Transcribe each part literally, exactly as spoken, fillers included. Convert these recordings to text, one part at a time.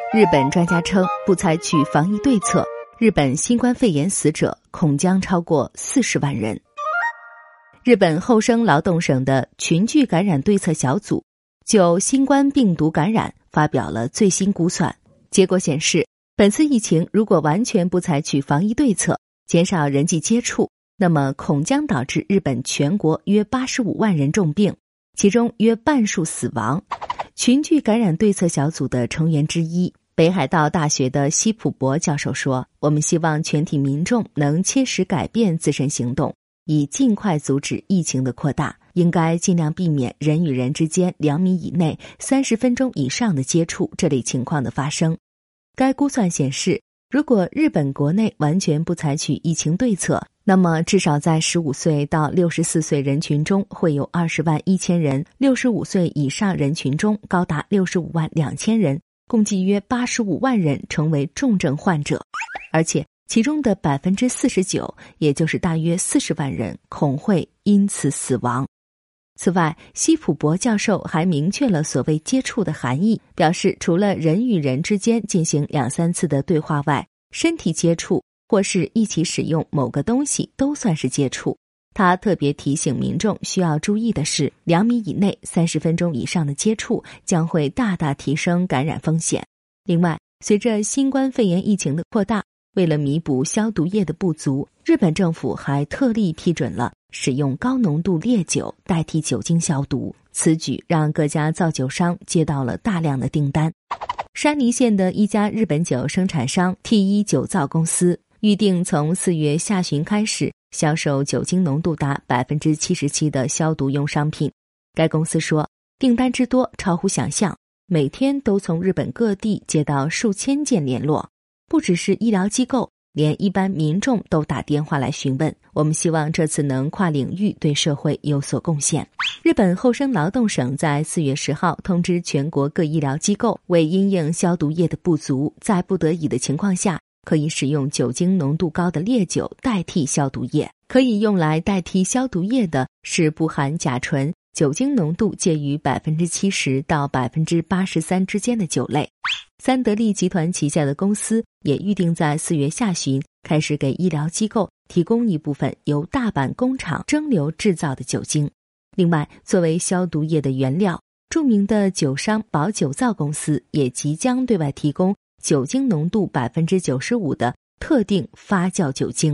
日本专家称，不采取防疫对策，日本新冠肺炎死者恐将超过四十万人。日本厚生劳动省的群聚感染对策小组就新冠病毒感染发表了最新估算，结果显示，本次疫情如果完全不采取防疫对策，减少人际接触，那么恐将导致日本全国约八十五万人重病，其中约半数死亡。群聚感染对策小组的成员之一，北海道大学的西普博教授说，我们希望全体民众能切实改变自身行动，以尽快阻止疫情的扩大，应该尽量避免人与人之间两米以内三十分钟以上的接触这类情况的发生。该估算显示，如果日本国内完全不采取疫情对策，那么至少在十五岁到六十四岁人群中会有二十万一千人，六十五岁以上人群中高达六十五万两千人，共计约八十五万人成为重症患者，而且其中的 百分之四十九， 也就是大约四十万人恐会因此死亡。此外，西普博教授还明确了所谓接触的含义，表示除了人与人之间进行两三次的对话外，身体接触或是一起使用某个东西都算是接触。他特别提醒民众需要注意的是，两米以内三十分钟以上的接触将会大大提升感染风险。另外，随着新冠肺炎疫情的扩大，为了弥补消毒液的不足，日本政府还特例批准了使用高浓度烈酒代替酒精消毒，此举让各家造酒商接到了大量的订单。山梨县的一家日本酒生产商 T 一 酒造公司预定从四月下旬开始销售酒精浓度达 百分之七十七 的消毒用商品。该公司说，订单之多超乎想象，每天都从日本各地接到数千件联络，不只是医疗机构，连一般民众都打电话来询问。我们希望这次能跨领域对社会有所贡献。日本厚生劳动省在四月十号通知全国各医疗机构，为因应消毒液的不足，在不得已的情况下，可以使用酒精浓度高的烈酒代替消毒液。可以用来代替消毒液的是不含甲醇、酒精浓度介于 百分之七十 到 百分之八十三 之间的酒类。三得利集团旗下的公司也预定在四月下旬开始给医疗机构提供一部分由大阪工厂蒸馏制造的酒精。另外，作为消毒液的原料，著名的酒商宝酒造公司也即将对外提供酒精浓度 百分之九十五 的特定发酵酒精。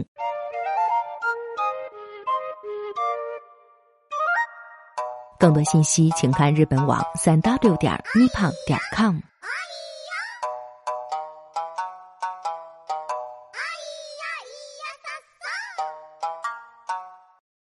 更多信息请看日本网 三 w 点 nippon 点 com。